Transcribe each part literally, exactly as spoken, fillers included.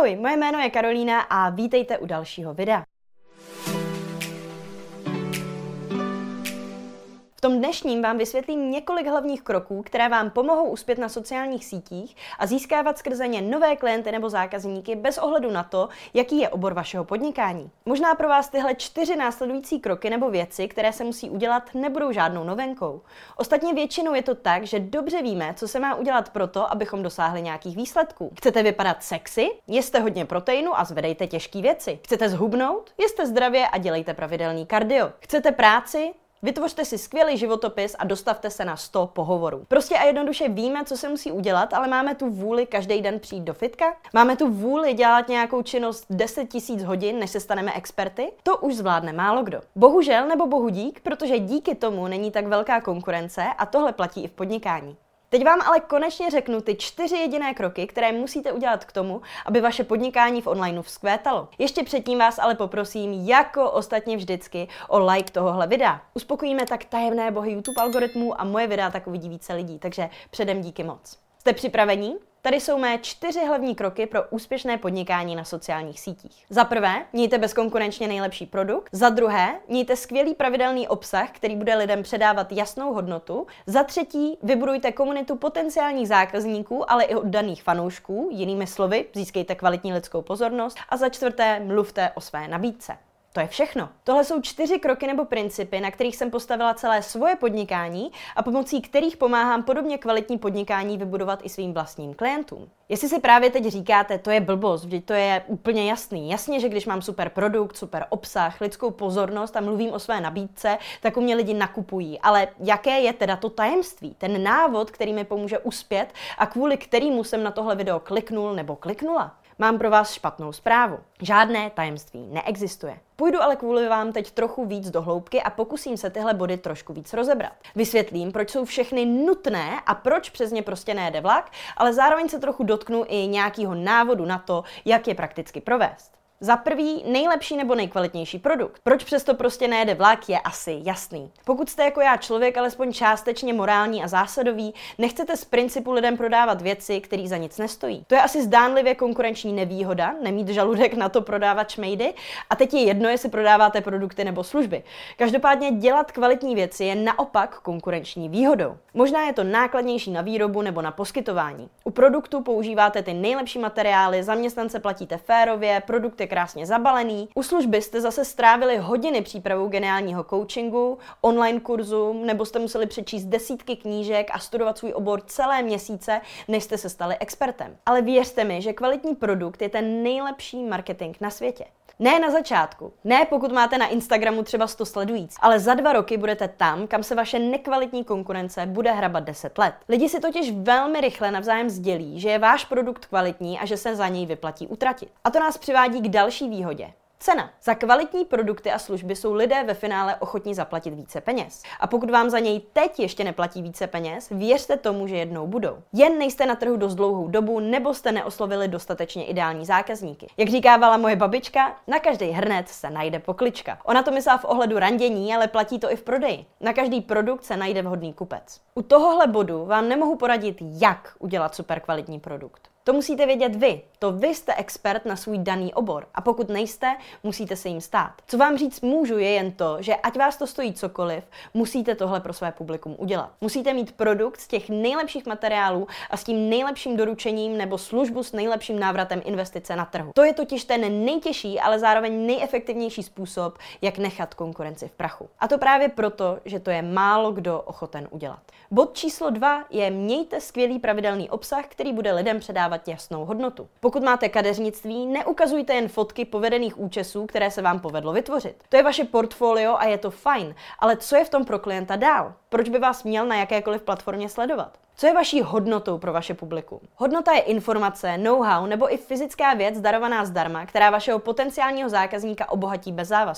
Ahoj, moje jméno je Karolína a vítejte u dalšího videa. V tom dnešním vám vysvětlím několik hlavních kroků, které vám pomohou uspět na sociálních sítích a získávat skrze ně nové klienty nebo zákazníky bez ohledu na to, jaký je obor vašeho podnikání. Možná pro vás tyhle čtyři následující kroky nebo věci, které se musí udělat, nebudou žádnou novinkou. Ostatně většinou je to tak, že dobře víme, co se má udělat proto, abychom dosáhli nějakých výsledků. Chcete vypadat sexy? Jeste hodně proteinu a zvedejte těžké věci. Chcete zhubnout? Jeste zdravě a dělejte pravidelný kardio. Chcete práci? Vytvořte si skvělý životopis a dostavte se na sto pohovorů. Prostě a jednoduše víme, co se musí udělat, ale máme tu vůli každý den přijít do fitka? Máme tu vůli dělat nějakou činnost deset tisíc hodin, než se staneme experty? To už zvládne málo kdo. Bohužel nebo bohudík, protože díky tomu není tak velká konkurence a tohle platí i v podnikání. Teď vám ale konečně řeknu ty čtyři jediné kroky, které musíte udělat k tomu, aby vaše podnikání v onlineu vzkvétalo. Ještě předtím vás ale poprosím, jako ostatně vždycky, o like tohohle videa. Uspokojíme tak tajemné bohy YouTube algoritmů a moje videa tak uvidí více lidí, takže předem díky moc. Jste připravení? Tady jsou mé čtyři hlavní kroky pro úspěšné podnikání na sociálních sítích. Za prvé, mějte bezkonkurenčně nejlepší produkt. Za druhé, mějte skvělý pravidelný obsah, který bude lidem předávat jasnou hodnotu. Za třetí, vybudujte komunitu potenciálních zákazníků, ale i oddaných fanoušků. Jinými slovy, získejte kvalitní lidskou pozornost. A za čtvrté, mluvte o své nabídce. To je všechno. Tohle jsou čtyři kroky nebo principy, na kterých jsem postavila celé svoje podnikání a pomocí kterých pomáhám podobně kvalitní podnikání vybudovat i svým vlastním klientům. Jestli si právě teď říkáte, to je blbost, vždyť to je úplně jasný. Jasně, že když mám super produkt, super obsah, lidskou pozornost a mluvím o své nabídce, tak u mě lidi nakupují. Ale jaké je teda to tajemství? Ten návod, který mi pomůže uspět a kvůli kterému jsem na tohle video kliknul nebo kliknula? Mám pro vás špatnou zprávu. Žádné tajemství neexistuje. Půjdu ale kvůli vám teď trochu víc do hloubky a pokusím se tyhle body trošku víc rozebrat. Vysvětlím, proč jsou všechny nutné a proč přes ně prostě nejede vlak, ale zároveň se trochu dotknu i nějakého návodu na to, jak je prakticky provést. Za prvý, nejlepší nebo nejkvalitnější produkt. Proč přesto prostě nejede vlak, je asi jasný. Pokud jste jako já člověk alespoň částečně morální a zásadový, nechcete z principu lidem prodávat věci, které za nic nestojí. To je asi zdánlivě konkurenční nevýhoda, nemít žaludek na to prodávat šmejdy, a teď je jedno, jestli prodáváte produkty nebo služby. Každopádně dělat kvalitní věci je naopak konkurenční výhodou. Možná je to nákladnější na výrobu nebo na poskytování. U produktu používáte ty nejlepší materiály, zaměstnance platíte férově, produkt je krásně zabalený. U služby jste zase strávili hodiny přípravou geniálního coachingu, online kurzu, nebo jste museli přečíst desítky knížek a studovat svůj obor celé měsíce, než jste se stali expertem. Ale věřte mi, že kvalitní produkt je ten nejlepší marketing na světě. Ne na začátku, ne pokud máte na Instagramu třeba sto sledujících, ale za dva roky budete tam, kam se vaše nekvalitní konkurence bude hrabat deset let. Lidi si totiž velmi rychle navzájem sdělí, že je váš produkt kvalitní a že se za něj vyplatí utratit. A to nás přivádí k další výhodě. Cena. Za kvalitní produkty a služby jsou lidé ve finále ochotní zaplatit více peněz. A pokud vám za něj teď ještě neplatí více peněz, věřte tomu, že jednou budou. Jen nejste na trhu dost dlouhou dobu nebo jste neoslovili dostatečně ideální zákazníky. Jak říkávala moje babička, na každý hrnec se najde poklička. Ona to myslela v ohledu randění, ale platí to i v prodeji. Na každý produkt se najde vhodný kupec. U tohohle bodu vám nemohu poradit, jak udělat super kvalitní produkt. To musíte vědět vy. To vy jste expert na svůj daný obor. A pokud nejste, musíte se jim stát. Co vám říct můžu, je jen to, že ať vás to stojí cokoliv, musíte tohle pro své publikum udělat. Musíte mít produkt z těch nejlepších materiálů a s tím nejlepším doručením nebo službu s nejlepším návratem investice na trhu. To je totiž ten nejtěžší, ale zároveň nejefektivnější způsob, jak nechat konkurenci v prachu. A to právě proto, že to je málo kdo ochoten udělat. Bod číslo dva je mějte skvělý pravidelný obsah, který bude lidem předávat jasnou hodnotu. Pokud máte kadeřnictví, neukazujte jen fotky povedených účesů, které se vám povedlo vytvořit. To je vaše portfolio a je to fajn, ale co je v tom pro klienta dál? Proč by vás měl na jakékoliv platformě sledovat? Co je vaší hodnotou pro vaše publikum? Hodnota je informace, know-how nebo i fyzická věc darovaná zdarma, která vašeho potenciálního zákazníka obohatí bez závazku.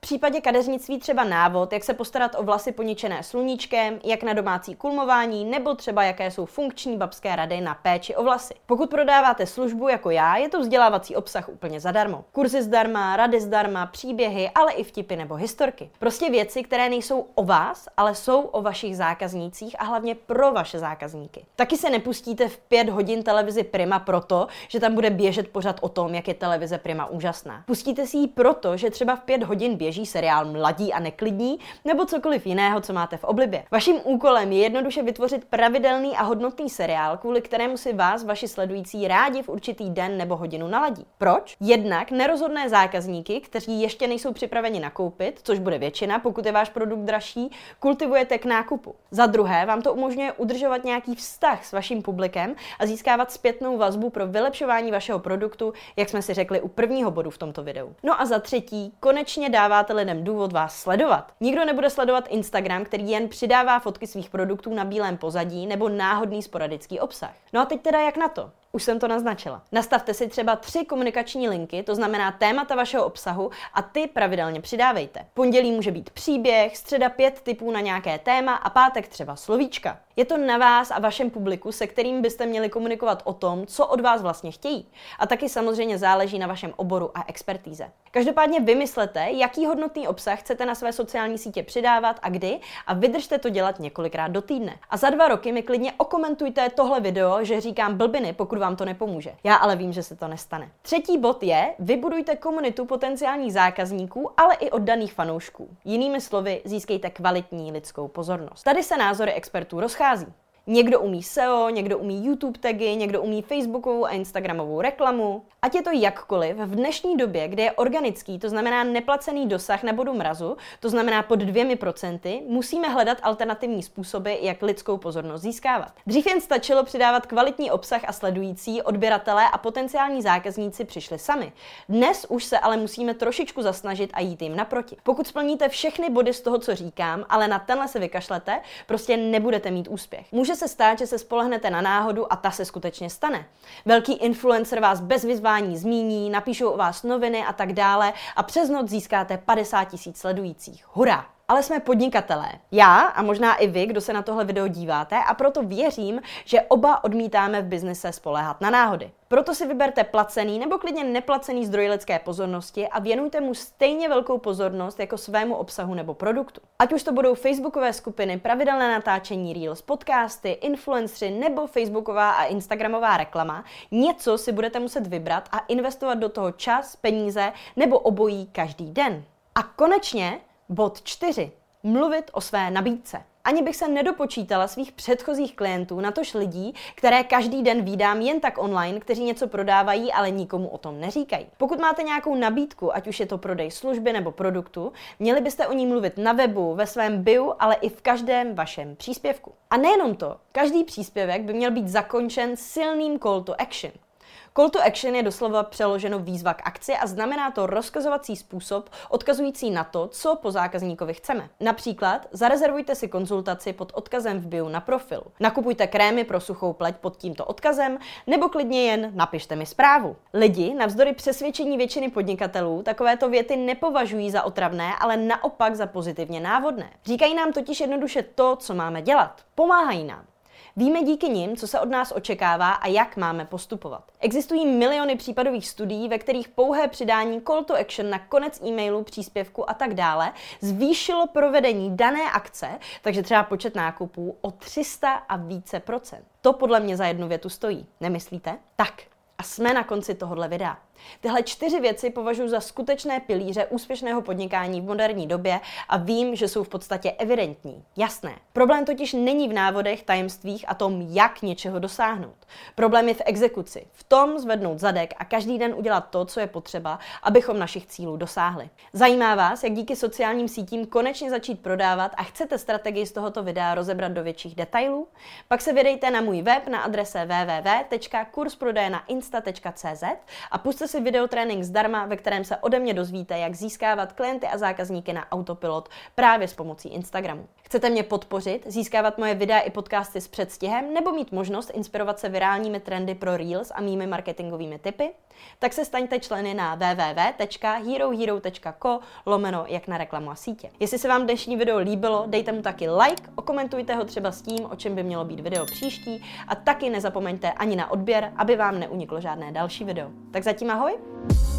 případě kadeřnictví třeba návod, jak se postarat o vlasy poničené sluníčkem, jak na domácí kulmování, nebo třeba jaké jsou funkční babské rady na péči o vlasy. Pokud prodáváte službu jako já, je to vzdělávací obsah úplně zadarmo. Kurzy zdarma, rady zdarma, příběhy, ale i vtipy nebo historky. Prostě věci, které nejsou o vás, ale jsou o vašich zákaznících a hlavně pro vaše zákazníky. Taky se nepustíte v pět hodin televizi Prima proto, že tam bude běžet pořad o tom, jak je televize Prima úžasná. Pustíte si ji proto, že třeba v pět hodin běží seriál Mladí a neklidní nebo cokoliv jiného, co máte v oblibě. Vaším úkolem je jednoduše vytvořit pravidelný a hodnotný seriál, kvůli kterému si vás vaši sledující rádi v určitý den nebo hodinu naladí. Proč? Jednak nerozhodné zákazníky, kteří ještě nejsou připraveni nakoupit, což bude většina, pokud je váš produkt dražší, kultivujete k nákupu. Za druhé, vám to umožňuje udržovat nějaký vztah s vaším publikem a získávat zpětnou vazbu pro vylepšování vašeho produktu, jak jsme si řekli u prvního bodu v tomto videu. No a za třetí, konečně dáváte lidem důvod vás sledovat. Nikdo nebude sledovat Instagram, který jen přidává fotky svých produktů na bílém pozadí nebo náhodný sporadický obsah. No a teď teda jak na to? Už jsem to naznačila. Nastavte si třeba tři komunikační linky, to znamená témata vašeho obsahu, a ty pravidelně přidávejte. Pondělí může být příběh, středa pět tipů na nějaké téma a pátek třeba slovíčka. Je to na vás a vašem publiku, se kterým byste měli komunikovat o tom, co od vás vlastně chtějí. A taky samozřejmě záleží na vašem oboru a expertíze. Každopádně vymyslete, jaký hodnotný obsah chcete na své sociální sítě přidávat a kdy, a vydržte to dělat několikrát do týdne. A za dva roky mi klidně okomentujte tohle video, že říkám blbiny, pokud vám to nepomůže. Já ale vím, že se to nestane. Třetí bod je, vybudujte komunitu potenciálních zákazníků, ale i oddaných fanoušků. Jinými slovy, získejte kvalitní lidskou pozornost. Tady se názory expertů rozchází. Někdo umí S E O, někdo umí YouTube tagy, někdo umí Facebookovou a Instagramovou reklamu. Ať je to jakkoliv, v dnešní době, kde je organický, to znamená neplacený dosah na bodu mrazu, to znamená pod dvěmi procenty, musíme hledat alternativní způsoby, jak lidskou pozornost získávat. Dřív jen stačilo přidávat kvalitní obsah a sledující, odběratelé a potenciální zákazníci přišli sami. Dnes už se ale musíme trošičku zasnažit a jít jim naproti. Pokud splníte všechny body z toho, co říkám, ale na tenhle se vykašlete, prostě nebudete mít úspěch. Může se stát, že se spolehnete na náhodu a ta se skutečně stane. Velký influencer vás bez vyzvání zmíní, napíšou o vás noviny a tak dále a přes noc získáte padesát tisíc sledujících. Hurá! Ale jsme podnikatelé. Já a možná i vy, kdo se na tohle video díváte, a proto věřím, že oba odmítáme v biznise spoléhat na náhody. Proto si vyberte placený nebo klidně neplacený zdroj lidské pozornosti a věnujte mu stejně velkou pozornost jako svému obsahu nebo produktu. Ať už to budou facebookové skupiny, pravidelné natáčení reels, podcasty, influenceri nebo facebooková a instagramová reklama, něco si budete muset vybrat a investovat do toho čas, peníze nebo obojí každý den. A konečně bod čtyři. Mluvit o své nabídce. Ani bych se nedopočítala svých předchozích klientů, natož lidí, které každý den vídám jen tak online, kteří něco prodávají, ale nikomu o tom neříkají. Pokud máte nějakou nabídku, ať už je to prodej služby nebo produktu, měli byste o ní mluvit na webu, ve svém bio, ale i v každém vašem příspěvku. A nejenom to, každý příspěvek by měl být zakončen silným call to action. Call to action je doslova přeloženo výzva k akci a znamená to rozkazovací způsob odkazující na to, co po zákazníkovi chceme. Například zarezervujte si konzultaci pod odkazem v bio na profilu. Nakupujte krémy pro suchou pleť pod tímto odkazem, nebo klidně jen napište mi zprávu. Lidi, navzdory přesvědčení většiny podnikatelů, takovéto věty nepovažují za otravné, ale naopak za pozitivně návodné. Říkají nám totiž jednoduše to, co máme dělat. Pomáhají nám. Víme díky nim, co se od nás očekává a jak máme postupovat. Existují miliony případových studií, ve kterých pouhé přidání call to action na konec e-mailu, příspěvku a tak dále zvýšilo provedení dané akce, takže třeba počet nákupů, o tři sta a více procent. To podle mě za jednu větu stojí, nemyslíte? Tak. A jsme na konci tohohle videa. Tyhle čtyři věci považuji za skutečné pilíře úspěšného podnikání v moderní době a vím, že jsou v podstatě evidentní. Jasné. Problém totiž není v návodech, tajemstvích a tom, jak něčeho dosáhnout. Problém je v exekuci, v tom zvednout zadek a každý den udělat to, co je potřeba, abychom našich cílů dosáhli. Zajímá vás, jak díky sociálním sítím konečně začít prodávat a chcete strategii z tohoto videa rozebrat do větších detailů? Pak se vydejte na můj web na adrese w w w tečka kurz prodeje na insta tečka c z a pusťte Pusťte si videotrénink zdarma, ve kterém se ode mě dozvíte, jak získávat klienty a zákazníky na autopilot právě s pomocí Instagramu. Chcete mě podpořit, získávat moje videa i podcasty s předstihem nebo mít možnost inspirovat se virálními trendy pro Reels a mými marketingovými tipy? Tak se staňte členy na w w w tečka herohero tečka co lomeno jak na reklamu a sítě. Jestli se vám dnešní video líbilo, dejte mu taky like, okomentujte ho třeba s tím, o čem by mělo být video příští a taky nezapomeňte ani na odběr, aby vám neuniklo žádné další video. Tak zatím ahoj!